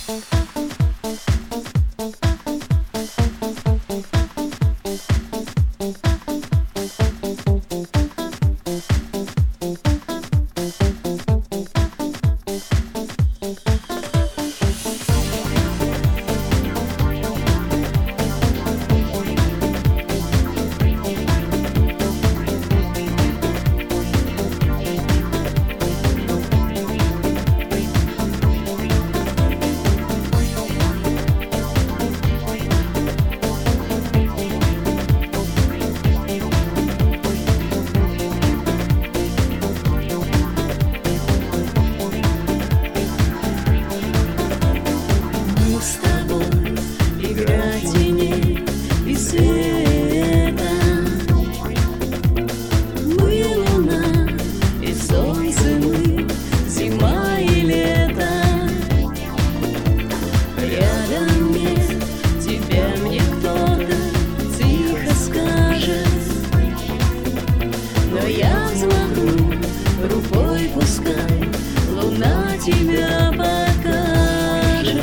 Тебя покажет.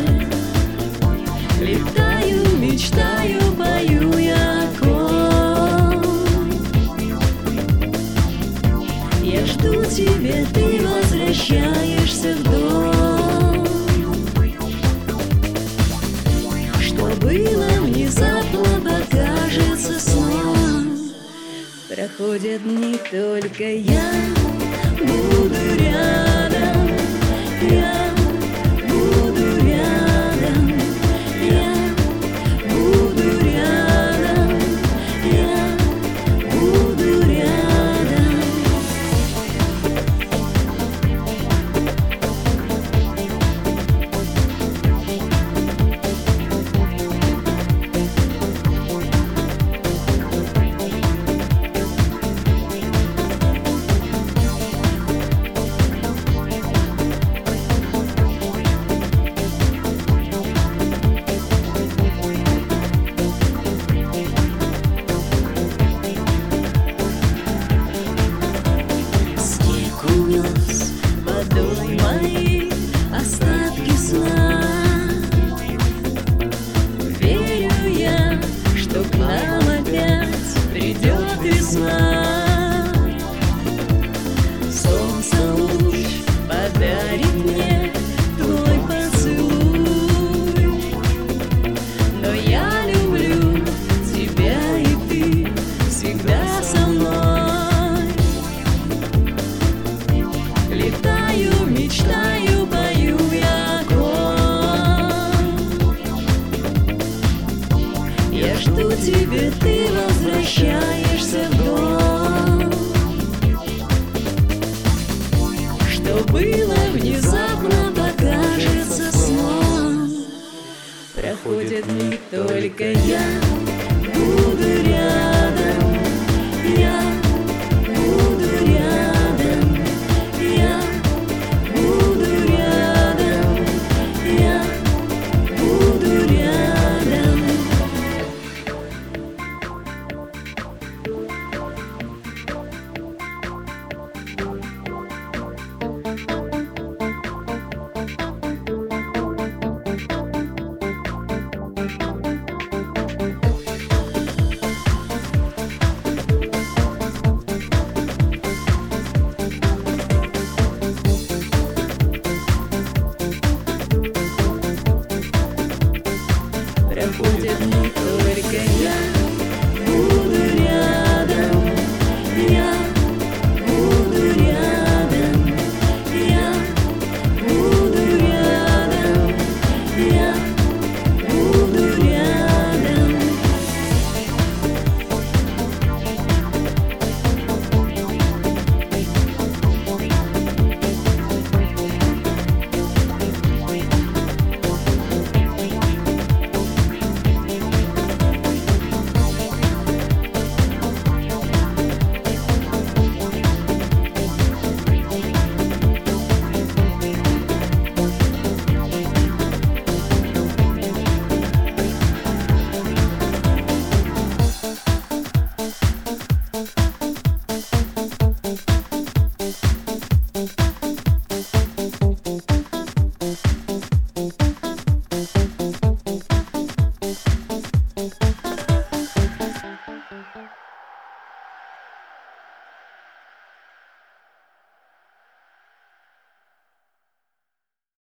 Летаю, мечтаю, пою я ком. Я жду тебя, ты возвращаешься в дом. Что было внезапно, покажется сном. Проходят дни, только я буду рядом. Я буду рядом, я буду рядом, я буду рядом. Унес водой мои остатки сна. Верю я, что к нам опять придет весна. Солнце луч подарит мне твой поцелуй. Но я люблю тебя, и ты всегда со мной. Летаю, мечтаю, пою я ком. Я жду тебя, ты возвращаешься в дом. Что было внезапно, покажется сном. Проходят дни, только я